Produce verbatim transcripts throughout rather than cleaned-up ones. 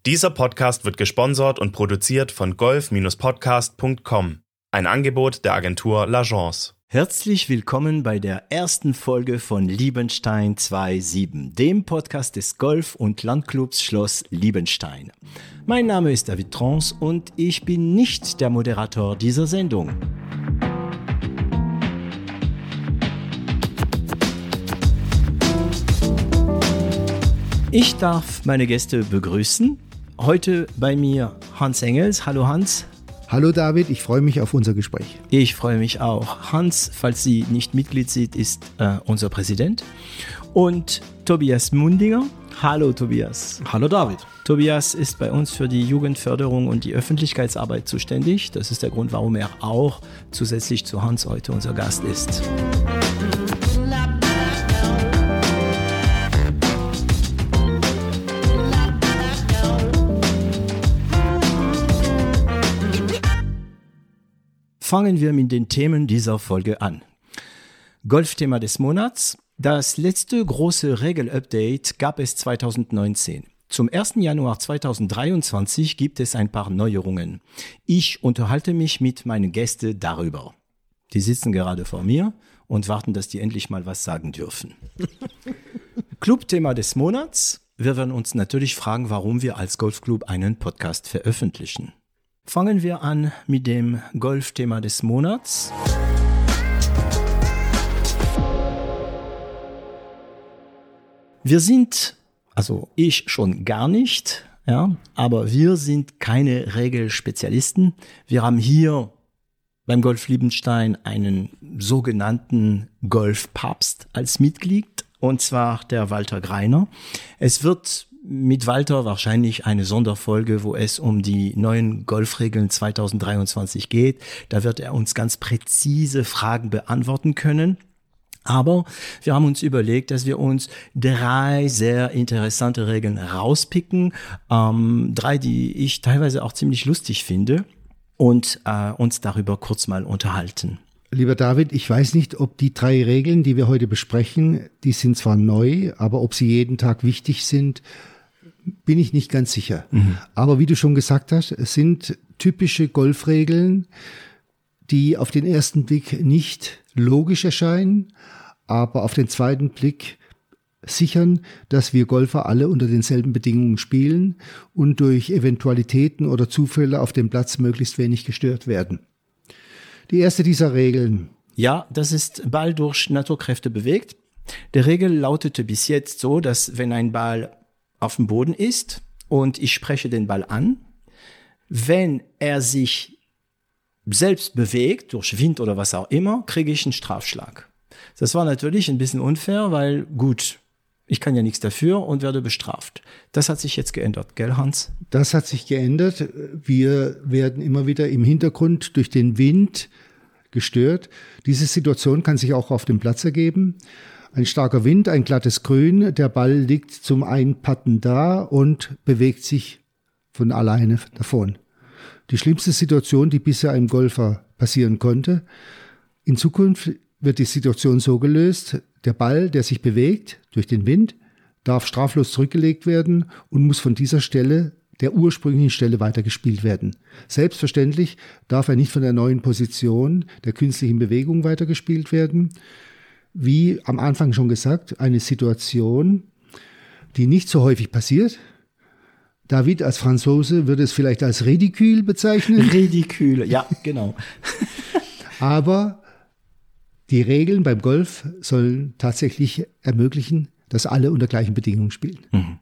Dieser Podcast wird gesponsert und produziert von golf Podcast punkt com, ein Angebot der Agentur L'Agence. Herzlich willkommen bei der ersten Folge von Liebenstein zwei Punkt sieben, dem Podcast des Golf- und Landclubs Schloss Liebenstein. Mein Name ist David Trans und ich bin nicht der Moderator dieser Sendung. Ich darf meine Gäste begrüßen. Heute bei mir Hans Engels. Hallo Hans. Hallo David, ich freue mich auf unser Gespräch. Ich freue mich auch. Hans, falls Sie nicht Mitglied sind, ist äh, unser Präsident. Und Tobias Mundinger. Hallo Tobias. Hallo David. Tobias ist bei uns für die Jugendförderung und die Öffentlichkeitsarbeit zuständig. Das ist der Grund, warum er auch zusätzlich zu Hans heute unser Gast ist. Fangen wir mit den Themen dieser Folge an. Golfthema des Monats. Das letzte große Regel-Update gab es zwanzig neunzehn. Zum ersten Januar zweitausenddreiundzwanzig gibt es ein paar Neuerungen. Ich unterhalte mich mit meinen Gästen darüber. Die sitzen gerade vor mir und warten, dass die endlich mal was sagen dürfen. Clubthema des Monats. Wir werden uns natürlich fragen, warum wir als Golfclub einen Podcast veröffentlichen. Fangen wir an mit dem Golfthema des Monats. Wir sind, also ich schon gar nicht, ja, aber wir sind keine Regelspezialisten. Wir haben hier beim Golf Liebenstein einen sogenannten Golfpapst als Mitglied, und zwar der Walter Greiner. Es wird mit Walter wahrscheinlich eine Sonderfolge, wo es um die neuen Golfregeln zweitausenddreiundzwanzig geht. Da wird er uns ganz präzise Fragen beantworten können. Aber wir haben uns überlegt, dass wir uns drei sehr interessante Regeln rauspicken. Ähm, drei, die ich teilweise auch ziemlich lustig finde, und äh, uns darüber kurz mal unterhalten. Lieber David, ich weiß nicht, ob die drei Regeln, die wir heute besprechen, die sind zwar neu, aber ob sie jeden Tag wichtig sind, bin ich nicht ganz sicher. Mhm. Aber wie du schon gesagt hast, es sind typische Golfregeln, die auf den ersten Blick nicht logisch erscheinen, aber auf den zweiten Blick sichern, dass wir Golfer alle unter denselben Bedingungen spielen und durch Eventualitäten oder Zufälle auf dem Platz möglichst wenig gestört werden. Die erste dieser Regeln. Ja, das ist Ball durch Naturkräfte bewegt. Die Regel lautete bis jetzt so, dass wenn ein Ball auf dem Boden ist und ich spreche den Ball an, wenn er sich selbst bewegt, durch Wind oder was auch immer, kriege ich einen Strafschlag. Das war natürlich ein bisschen unfair, weil gut, ich kann ja nichts dafür und werde bestraft. Das hat sich jetzt geändert, gell Hans? Das hat sich geändert. Wir werden immer wieder im Hintergrund durch den Wind gestört. Diese Situation kann sich auch auf dem Platz ergeben. Ein starker Wind, ein glattes Grün, der Ball liegt zum Einpatten da und bewegt sich von alleine davon. Die schlimmste Situation, die bisher einem Golfer passieren konnte. In Zukunft wird die Situation so gelöst, der Ball, der sich bewegt durch den Wind, darf straflos zurückgelegt werden und muss von dieser Stelle, der ursprünglichen Stelle, weitergespielt werden. Selbstverständlich darf er nicht von der neuen Position der künstlichen Bewegung weitergespielt werden. Wie am Anfang schon gesagt, eine Situation, die nicht so häufig passiert. David als Franzose würde es vielleicht als ridicule bezeichnen. Ridicule, ja, genau. Aber die Regeln beim Golf sollen tatsächlich ermöglichen, dass alle unter gleichen Bedingungen spielen. Mhm.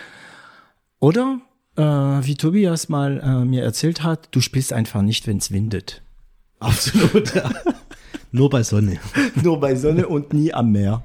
Oder, äh, wie Tobias mal äh, mir erzählt hat, du spielst einfach nicht, wenn es windet. Absolut, ja. Nur bei Sonne. Nur bei Sonne und nie am Meer.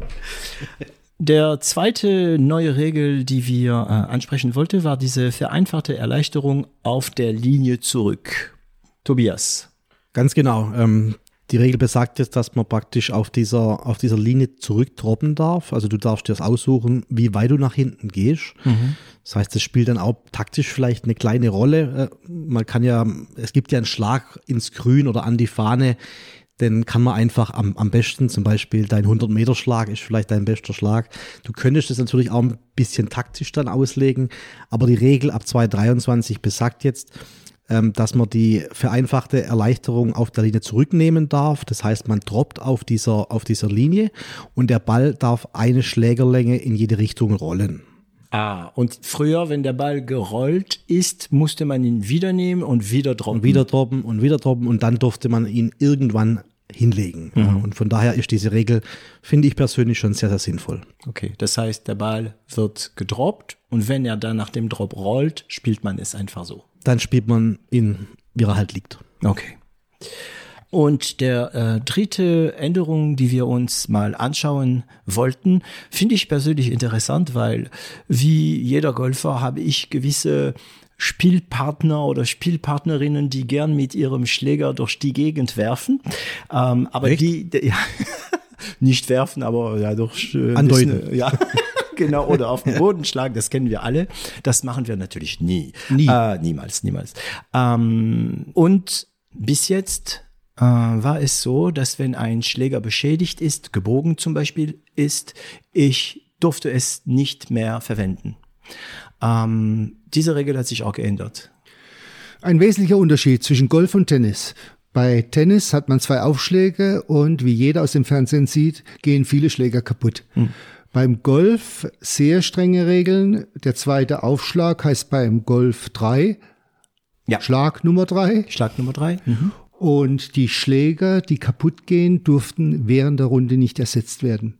Der zweite neue Regel, die wir äh, ansprechen wollten, war diese vereinfachte Erleichterung auf der Linie zurück. Tobias. Ganz genau. Ähm, die Regel besagt jetzt, dass man praktisch auf dieser, auf dieser Linie zurückdroppen darf. Also du darfst dir das aussuchen, wie weit du nach hinten gehst. Mhm. Das heißt, das spielt dann auch taktisch vielleicht eine kleine Rolle. Man kann ja, es gibt ja einen Schlag ins Grün oder an die Fahne, Den kann man einfach am, am besten, zum Beispiel dein hundert-Meter-Schlag ist vielleicht dein bester Schlag. Du könntest es natürlich auch ein bisschen taktisch dann auslegen, aber die Regel ab zwei dreiundzwanzig besagt jetzt, ähm, dass man die vereinfachte Erleichterung auf der Linie zurücknehmen darf. Das heißt, man droppt auf dieser, auf dieser Linie und der Ball darf eine Schlägerlänge in jede Richtung rollen. Ah, und früher, wenn der Ball gerollt ist, musste man ihn wieder nehmen und wieder droppen. Und wieder droppen und wieder droppen und dann durfte man ihn irgendwann hinlegen. Mhm. Ja, und von daher ist diese Regel, finde ich persönlich, schon sehr, sehr sinnvoll. Okay, das heißt, der Ball wird gedroppt und wenn er dann nach dem Drop rollt, spielt man es einfach so. Dann spielt man ihn, wie er halt liegt. Okay. Und der äh, dritte Änderung, die wir uns mal anschauen wollten, finde ich persönlich interessant, weil wie jeder Golfer habe ich gewisse Spielpartner oder Spielpartnerinnen, die gern mit ihrem Schläger durch die Gegend werfen. Ähm, aber Echt? die, die ja, nicht werfen, aber ja durch äh, andeuten. Bisschen, ja. Genau, oder auf den Boden schlagen, das kennen wir alle. Das machen wir natürlich nie. Nie. Äh, niemals, niemals. Ähm, und bis jetzt äh, war es so, dass wenn ein Schläger beschädigt ist, gebogen zum Beispiel ist, ich durfte es nicht mehr verwenden. Ähm, diese Regel hat sich auch geändert. Ein wesentlicher Unterschied zwischen Golf und Tennis. Bei Tennis hat man zwei Aufschläge und wie jeder aus dem Fernsehen sieht, gehen viele Schläger kaputt. Hm. Beim Golf sehr strenge Regeln. Der zweite Aufschlag heißt beim Golf drei. Ja. Schlag Nummer drei. Schlag Nummer drei. Mhm. Und die Schläger, die kaputt gehen, durften während der Runde nicht ersetzt werden.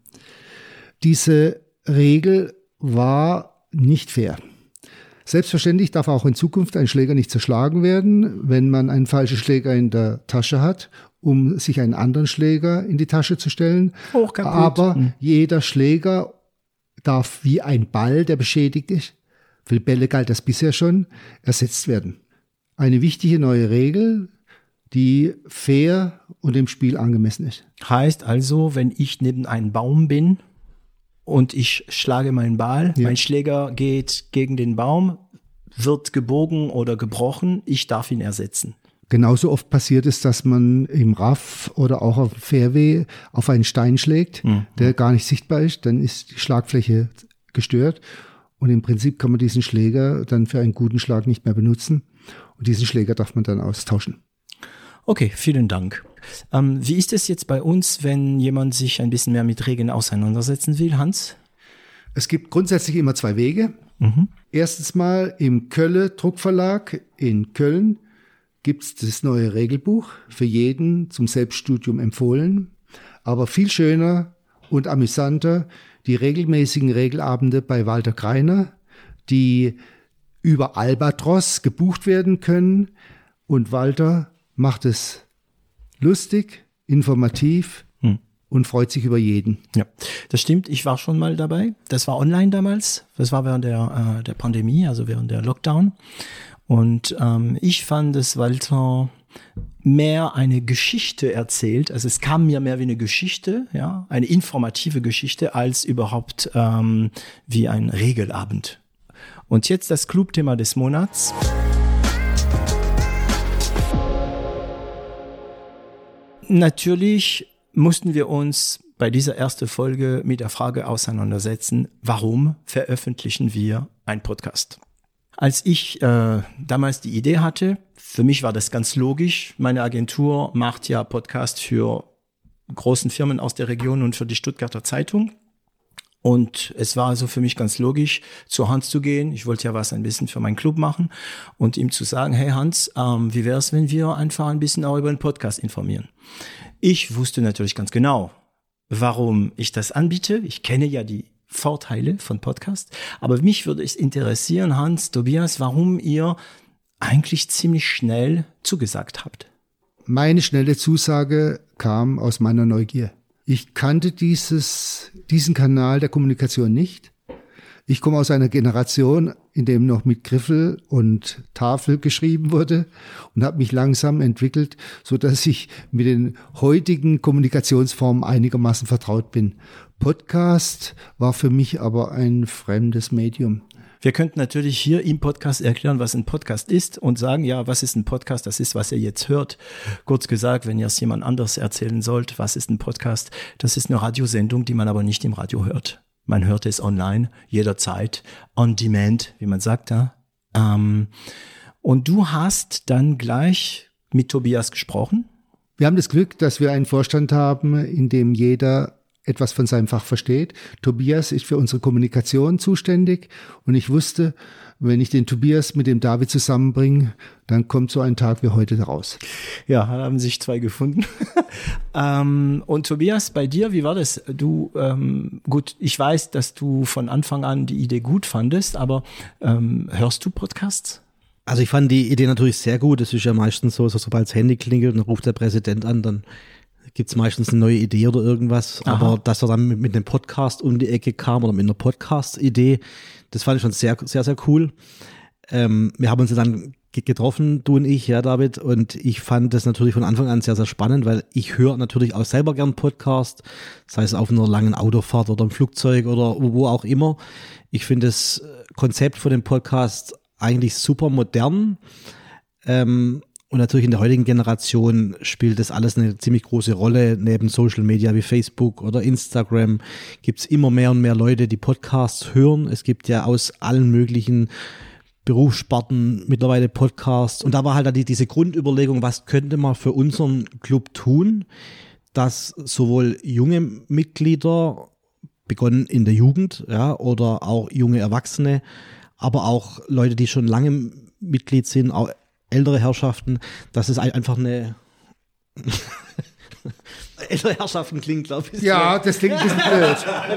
Diese Regel war nicht fair. Selbstverständlich darf auch in Zukunft ein Schläger nicht zerschlagen werden, wenn man einen falschen Schläger in der Tasche hat, um sich einen anderen Schläger in die Tasche zu stellen. Auch kaputt. Aber mhm. jeder Schläger darf wie ein Ball, der beschädigt ist, für Bälle galt das bisher schon, ersetzt werden. Eine wichtige neue Regel, die fair und dem Spiel angemessen ist. Heißt also, wenn ich neben einem Baum bin und ich schlage meinen Ball, ja. mein Schläger geht gegen den Baum, wird gebogen oder gebrochen, ich darf ihn ersetzen. Genauso oft passiert es, dass man im Raff oder auch auf Fairway auf einen Stein schlägt, mhm. der gar nicht sichtbar ist, dann ist die Schlagfläche gestört und im Prinzip kann man diesen Schläger dann für einen guten Schlag nicht mehr benutzen und diesen Schläger darf man dann austauschen. Okay, vielen Dank. Ähm, wie ist es jetzt bei uns, wenn jemand sich ein bisschen mehr mit Regeln auseinandersetzen will, Hans? Es gibt grundsätzlich immer zwei Wege. Mhm. Erstens mal im Kölle Druckverlag in Köln gibt es das neue Regelbuch, für jeden zum Selbststudium empfohlen. Aber viel schöner und amüsanter die regelmäßigen Regelabende bei Walter Greiner, die über Albatros gebucht werden können. Und Walter macht es lustig, informativ hm. und freut sich über jeden. Ja, das stimmt. Ich war schon mal dabei. Das war online damals. Das war während der, äh, der Pandemie, also während der Lockdown. Und ähm, ich fand, dass Walter mehr eine Geschichte erzählt. Also es kam mir mehr wie eine Geschichte, ja, eine informative Geschichte, als überhaupt ähm, wie ein Regelabend. Und jetzt das Clubthema des Monats. Natürlich mussten wir uns bei dieser ersten Folge mit der Frage auseinandersetzen, warum veröffentlichen wir einen Podcast? Als ich äh, damals die Idee hatte, für mich war das ganz logisch. Meine Agentur macht ja Podcast für großen Firmen aus der Region und für die Stuttgarter Zeitung. Und es war also für mich ganz logisch, zu Hans zu gehen. Ich wollte ja was ein bisschen für meinen Club machen und ihm zu sagen, hey Hans, ähm, wie wäre es, wenn wir einfach ein bisschen auch über den Podcast informieren? Ich wusste natürlich ganz genau, warum ich das anbiete. Ich kenne ja die Vorteile von Podcast. Aber mich würde es interessieren, Hans, Tobias, warum ihr eigentlich ziemlich schnell zugesagt habt. Meine schnelle Zusage kam aus meiner Neugier. Ich kannte dieses, diesen Kanal der Kommunikation nicht. Ich komme aus einer Generation, in dem noch mit Griffel und Tafel geschrieben wurde und habe mich langsam entwickelt, so dass ich mit den heutigen Kommunikationsformen einigermaßen vertraut bin. Podcast war für mich aber ein fremdes Medium. Wir könnten natürlich hier im Podcast erklären, was ein Podcast ist und sagen, ja, was ist ein Podcast? Das ist, was ihr jetzt hört. Kurz gesagt, wenn ihr es jemand anders erzählen sollt, was ist ein Podcast? Das ist eine Radiosendung, die man aber nicht im Radio hört. Man hört es online, jederzeit, on demand, wie man sagt da. Ähm, und du hast dann gleich mit Tobias gesprochen? Wir haben das Glück, dass wir einen Vorstand haben, in dem jeder etwas von seinem Fach versteht. Tobias ist für unsere Kommunikation zuständig und ich wusste, wenn ich den Tobias mit dem David zusammenbringe, dann kommt so ein Tag wie heute raus. Ja, haben sich zwei gefunden. ähm, und Tobias, bei dir, wie war das? Du, ähm, gut, ich weiß, dass du von Anfang an die Idee gut fandest, aber ähm, hörst du Podcasts? Also ich fand die Idee natürlich sehr gut. Es ist ja meistens so, so sobald das Handy klingelt, dann ruft der Präsident an, dann gibt es meistens eine neue Idee oder irgendwas. Aha. Aber dass er dann mit, mit einem Podcast um die Ecke kam oder mit einer Podcast-Idee, das fand ich schon sehr, sehr, sehr cool. Ähm, wir haben uns dann getroffen, du und ich, ja David, und ich fand das natürlich von Anfang an sehr, sehr spannend, weil ich höre natürlich auch selber gern Podcast, sei es auf einer langen Autofahrt oder im Flugzeug oder wo auch immer. Ich finde das Konzept von dem Podcast eigentlich super modern, ähm, und natürlich in der heutigen Generation spielt das alles eine ziemlich große Rolle. Neben Social Media wie Facebook oder Instagram gibt es immer mehr und mehr Leute, die Podcasts hören. Es gibt ja aus allen möglichen Berufssparten mittlerweile Podcasts. Und da war halt die, diese Grundüberlegung, was könnte man für unseren Club tun, dass sowohl junge Mitglieder, begonnen in der Jugend, ja, oder auch junge Erwachsene, aber auch Leute, die schon lange Mitglied sind, auch ältere Herrschaften, dass es einfach eine ältere Herrschaften klingt, glaube ich. Ja, das klingt ein bisschen blöd.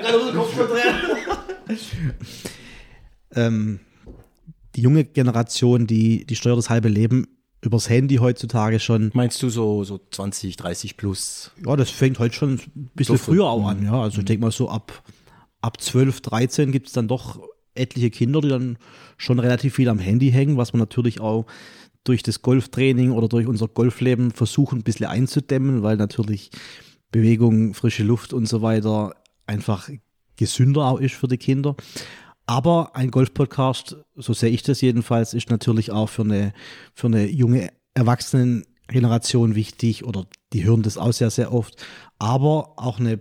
ähm, die junge Generation, die, die steuert das halbe Leben übers Handy heutzutage schon. Meinst du so, so zwanzig, dreißig plus? Ja, das fängt heute schon ein bisschen so früher auch an. Ja, also ich denke mal so ab, ab zwölf, dreizehn gibt es dann doch etliche Kinder, die dann schon relativ viel am Handy hängen, was man natürlich auch durch das Golftraining oder durch unser Golfleben versuchen, ein bisschen einzudämmen, weil natürlich Bewegung, frische Luft und so weiter einfach gesünder auch ist für die Kinder. Aber ein Golf-Podcast, so sehe ich das jedenfalls, ist natürlich auch für eine, für eine junge Erwachsenengeneration wichtig, oder die hören das auch sehr, sehr oft. Aber auch eine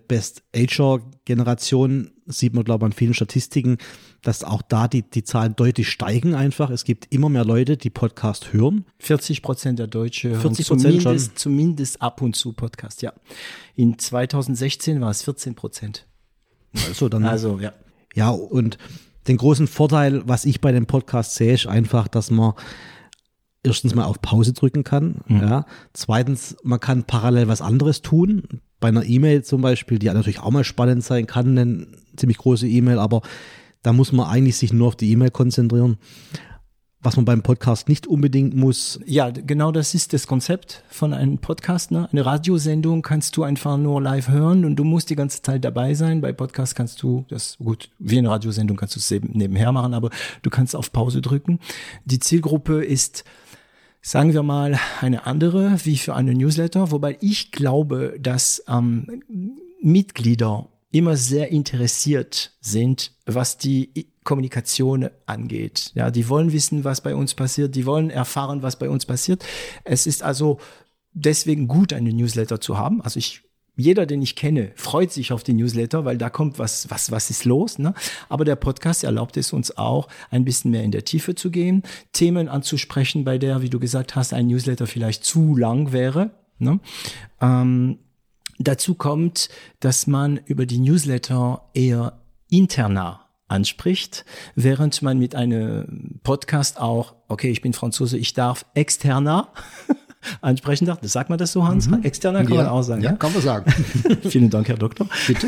Best-Ager-Generation sieht man, glaube ich, an vielen Statistiken, dass auch da die, die Zahlen deutlich steigen einfach. Es gibt immer mehr Leute, die Podcast hören. vierzig Prozent der Deutsche hören vierzig Prozent zumindest, schon. zumindest ab und zu Podcast, ja. In zweitausendsechzehn war es vierzehn Prozent. Also, dann, also ja. Ja, und den großen Vorteil, was ich bei dem Podcast sehe, ist einfach, dass man erstens mal auf Pause drücken kann. Mhm. Ja. Zweitens, man kann parallel was anderes tun. Bei einer E-Mail zum Beispiel, die natürlich auch mal spannend sein kann, eine ziemlich große E-Mail, aber da muss man eigentlich sich nur auf die E-Mail konzentrieren, was man beim Podcast nicht unbedingt muss. Ja, genau das ist das Konzept von einem Podcast. Ne? Eine Radiosendung kannst du einfach nur live hören und du musst die ganze Zeit dabei sein. Bei Podcast kannst du das, gut, wie eine Radiosendung kannst du es eben nebenher machen, aber du kannst auf Pause drücken. Die Zielgruppe ist, sagen wir mal, eine andere wie für eine Newsletter, wobei ich glaube, dass ähm, Mitglieder immer sehr interessiert sind, was die Kommunikation angeht. Ja, die wollen wissen, was bei uns passiert, die wollen erfahren, was bei uns passiert. Es ist also deswegen gut, eine Newsletter zu haben. Also ich, jeder, den ich kenne, freut sich auf die Newsletter, weil da kommt was, was, was ist los, ne? Aber der Podcast erlaubt es uns auch, ein bisschen mehr in der Tiefe zu gehen, Themen anzusprechen, bei der, wie du gesagt hast, ein Newsletter vielleicht zu lang wäre, ne? Ähm, Dazu kommt, dass man über die Newsletter eher interner anspricht, während man mit einem Podcast auch, okay, ich bin Franzose, ich darf externer ansprechen darf. Das sagt man das so, Hans? Mhm. Externer kann ja, man auch sagen. Ja, ja? Kann man sagen. Vielen Dank, Herr Doktor. Bitte.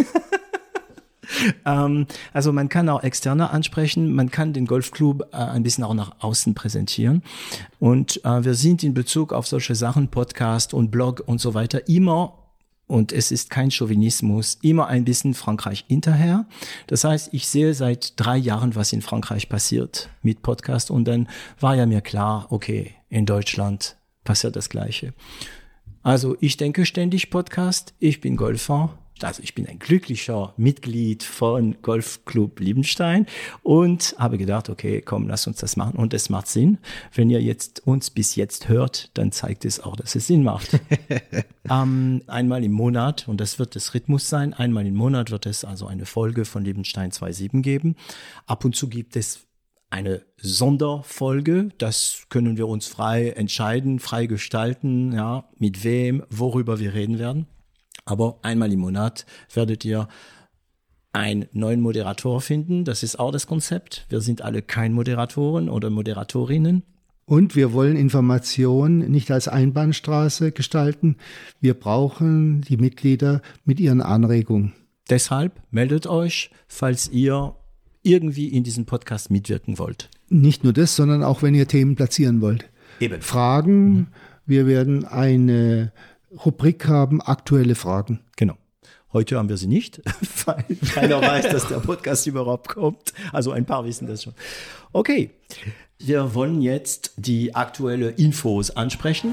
ähm, also man kann auch externer ansprechen, man kann den Golfclub äh, ein bisschen auch nach außen präsentieren. Und äh, wir sind in Bezug auf solche Sachen, Podcast und Blog und so weiter, immer, und es ist kein Chauvinismus, immer ein bisschen Frankreich hinterher. Das heißt, ich sehe seit drei Jahren, was in Frankreich passiert mit Podcast, und dann war ja mir klar, okay, in Deutschland passiert das Gleiche. Also ich denke ständig Podcast, ich bin Golfer, Also ich bin ein glücklicher Mitglied von Golfclub Liebenstein und habe gedacht, okay, komm, lass uns das machen. Und es macht Sinn. Wenn ihr jetzt uns bis jetzt hört, dann zeigt es auch, dass es Sinn macht. ähm, einmal im Monat, und das wird das Rhythmus sein, einmal im Monat wird es also eine Folge von Liebenstein zwei Punkt sieben geben. Ab und zu gibt es eine Sonderfolge, das können wir uns frei entscheiden, frei gestalten, ja, mit wem, worüber wir reden werden. Aber einmal im Monat werdet ihr einen neuen Moderator finden. Das ist auch das Konzept. Wir sind alle kein Moderatoren oder Moderatorinnen. Und wir wollen Information nicht als Einbahnstraße gestalten. Wir brauchen die Mitglieder mit ihren Anregungen. Deshalb meldet euch, falls ihr irgendwie in diesem Podcast mitwirken wollt. Nicht nur das, sondern auch, wenn ihr Themen platzieren wollt. Eben. Fragen. Mhm. Wir werden eine Rubrik haben, aktuelle Fragen. Genau. Heute haben wir sie nicht, weil keiner weiß, dass der Podcast überhaupt kommt. Also ein paar wissen das schon. Okay, wir wollen jetzt die aktuelle Infos ansprechen.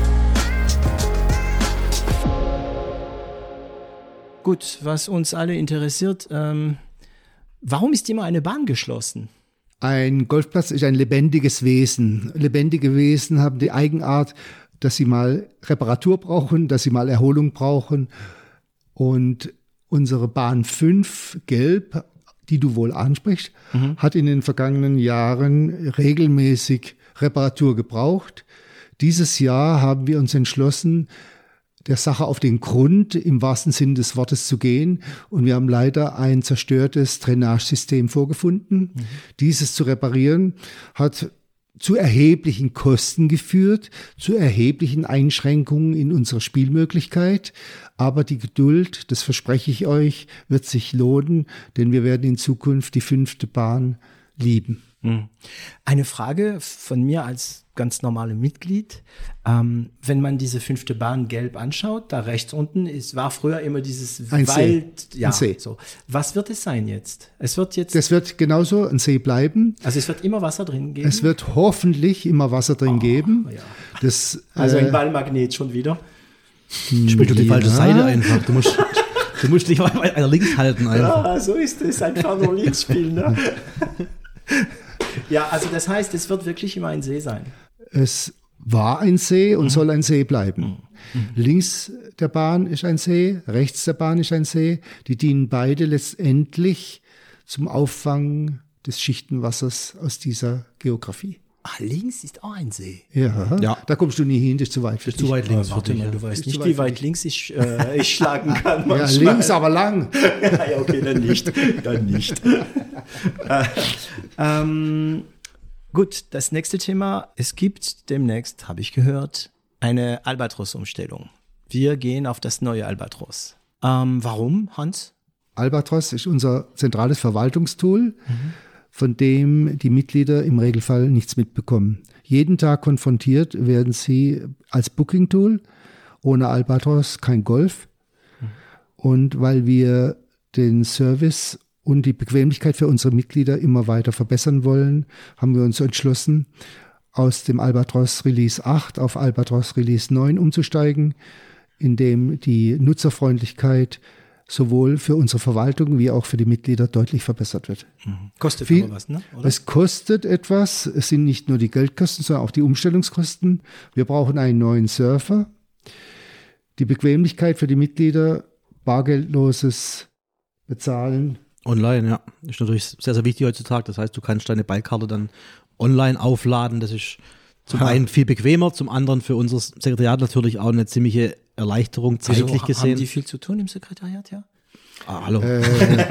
Gut, was uns alle interessiert, ähm, warum ist immer eine Bahn geschlossen? Ein Golfplatz ist ein lebendiges Wesen. Lebendige Wesen haben die Eigenart, dass sie mal Reparatur brauchen, dass sie mal Erholung brauchen. Und unsere Bahn fünf, Gelb, die du wohl ansprichst, mhm. hat in den vergangenen Jahren regelmäßig Reparatur gebraucht. Dieses Jahr haben wir uns entschlossen, der Sache auf den Grund im wahrsten Sinne des Wortes zu gehen. Und wir haben leider ein zerstörtes Drainagesystem vorgefunden. Mhm. Dieses zu reparieren hat zu erheblichen Kosten geführt, zu erheblichen Einschränkungen in unserer Spielmöglichkeit. Aber die Geduld, das verspreche ich euch, wird sich lohnen, denn wir werden in Zukunft die fünfte Bahn lieben. Eine Frage von mir als ganz normales Mitglied. Ähm, wenn man diese fünfte Bahn gelb anschaut, da rechts unten ist, war früher immer dieses ein Wald. See. Ja, ein See. So. Was wird es sein jetzt? Es wird jetzt. Das wird genauso ein See bleiben. Also es wird immer Wasser drin geben? Es wird hoffentlich immer Wasser drin oh, geben. Ja. Das, also ein äh, Ballmagnet schon wieder? Spiel du die ja. falsche Seite einfach. Du musst, du musst dich mal links halten einfach. Ja, so ist es. Einfach nur links spielen, ne? Ja, also das heißt, es wird wirklich immer ein See sein. Es war ein See und mhm. soll ein See bleiben. Mhm. Links der Bahn ist ein See, rechts der Bahn ist ein See. Die dienen beide letztendlich zum Auffangen des Schichtenwassers aus dieser Geografie. Ah, links ist auch ein See. Ja, ja. Da kommst du nie hin, das ist zu weit für dich. Zu weit links. Oh, warte mal, du weißt ist nicht, wie weit links ich, äh, ich schlagen kann. Ja, links, aber lang. Ja, okay, dann nicht. Dann nicht. äh, ähm, gut, das nächste Thema. Es gibt demnächst, habe ich gehört, eine Albatros-Umstellung. Wir gehen auf das neue Albatros. Ähm, warum, Hans? Albatros ist unser zentrales Verwaltungstool, mhm. von dem die Mitglieder im Regelfall nichts mitbekommen. Jeden Tag konfrontiert werden sie als Booking-Tool, ohne Albatros kein Golf. Mhm. Und weil wir den Service und die Bequemlichkeit für unsere Mitglieder immer weiter verbessern wollen, haben wir uns entschlossen, aus dem Albatros Release acht auf Albatros Release neun umzusteigen, in dem die Nutzerfreundlichkeit sowohl für unsere Verwaltung wie auch für die Mitglieder deutlich verbessert wird. Mhm. Kostet Viel, aber was, ne? Oder? Es kostet etwas. Es sind nicht nur die Geldkosten, sondern auch die Umstellungskosten. Wir brauchen einen neuen Surfer. Die Bequemlichkeit für die Mitglieder, bargeldloses Bezahlen. Online, ja. Ist natürlich sehr, sehr wichtig heutzutage. Das heißt, du kannst deine Ballkarte dann online aufladen. Das ist zum einen viel bequemer, zum anderen für unser Sekretariat natürlich auch eine ziemliche Erleichterung zeitlich also, gesehen. Haben die viel zu tun im Sekretariat, ja? Ah, hallo. Äh,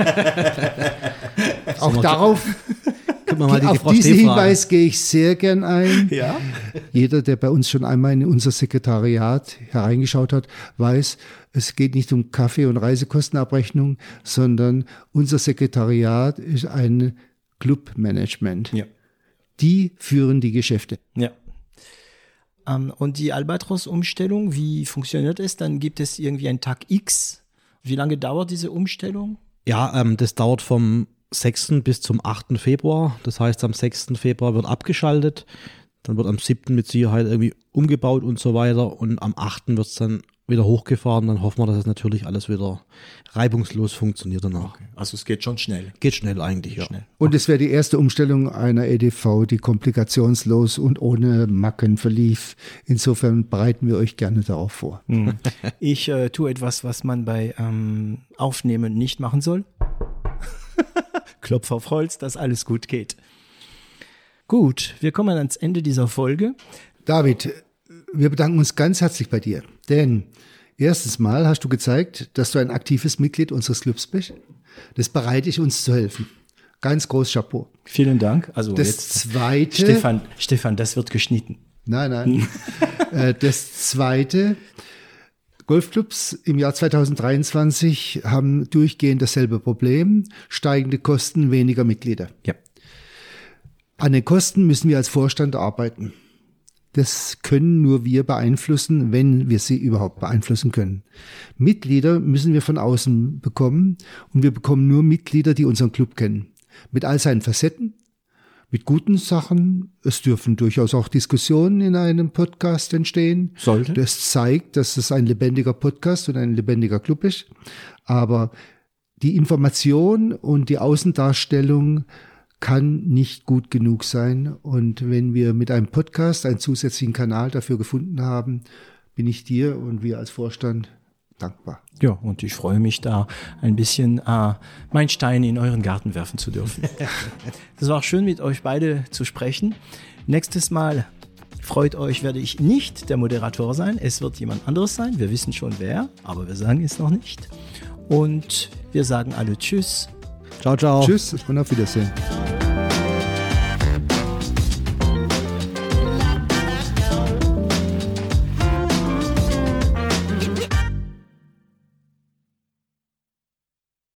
auch darauf, wir mal die auf Frau diesen Steh Hinweis gehe ich sehr gern ein. Ja? Jeder, der bei uns schon einmal in unser Sekretariat hereingeschaut hat, weiß, es geht nicht um Kaffee- und Reisekostenabrechnung, sondern unser Sekretariat ist ein Clubmanagement. Ja. Die führen die Geschäfte. Ja. Um, und die Albatros-Umstellung, wie funktioniert es? Dann gibt es irgendwie einen Tag X. Wie lange dauert diese Umstellung? Ja, ähm, das dauert vom sechsten bis zum achten Februar. Das heißt, am sechsten Februar wird abgeschaltet. Dann wird am siebten mit Sicherheit irgendwie umgebaut und so weiter. Und am achten wird es dann wieder hochgefahren. Dann hoffen wir, dass es natürlich alles wieder reibungslos funktioniert danach. Okay. Also es geht schon schnell. Geht schnell eigentlich, ja. Schnell. Und es wäre die erste Umstellung einer E D V, die komplikationslos und ohne Macken verlief. Insofern bereiten wir euch gerne darauf vor. Mhm. Ich äh, tue etwas, was man bei ähm, Aufnehmen nicht machen soll. Klopf auf Holz, dass alles gut geht. Gut, wir kommen ans Ende dieser Folge. David, wir bedanken uns ganz herzlich bei dir, denn erstens mal hast du gezeigt, dass du ein aktives Mitglied unseres Clubs bist. Das bereite ich, uns zu helfen. Ganz groß Chapeau. Vielen Dank. Also Das jetzt, Zweite... Stefan, Stefan, das wird geschnitten. Nein, nein. Äh, das Zweite, Golfclubs im Jahr zweitausenddreiundzwanzig haben durchgehend dasselbe Problem, steigende Kosten, weniger Mitglieder. Ja. An den Kosten müssen wir als Vorstand arbeiten. Das können nur wir beeinflussen, wenn wir sie überhaupt beeinflussen können. Mitglieder müssen wir von außen bekommen und wir bekommen nur Mitglieder, die unseren Club kennen. Mit all seinen Facetten, mit guten Sachen. Es dürfen durchaus auch Diskussionen in einem Podcast entstehen. Sollte. Das zeigt, dass es ein lebendiger Podcast und ein lebendiger Club ist. Aber die Information und die Außendarstellung kann nicht gut genug sein. Und wenn wir mit einem Podcast einen zusätzlichen Kanal dafür gefunden haben, bin ich dir und wir als Vorstand dankbar. Ja, und ich freue mich da ein bisschen äh, mein Stein in euren Garten werfen zu dürfen. Das war schön, mit euch beide zu sprechen. Nächstes Mal, freut euch, werde ich nicht der Moderator sein. Es wird jemand anderes sein. Wir wissen schon wer, aber wir sagen es noch nicht. Und wir sagen alle Tschüss. Ciao, ciao. Tschüss und auf Wiedersehen.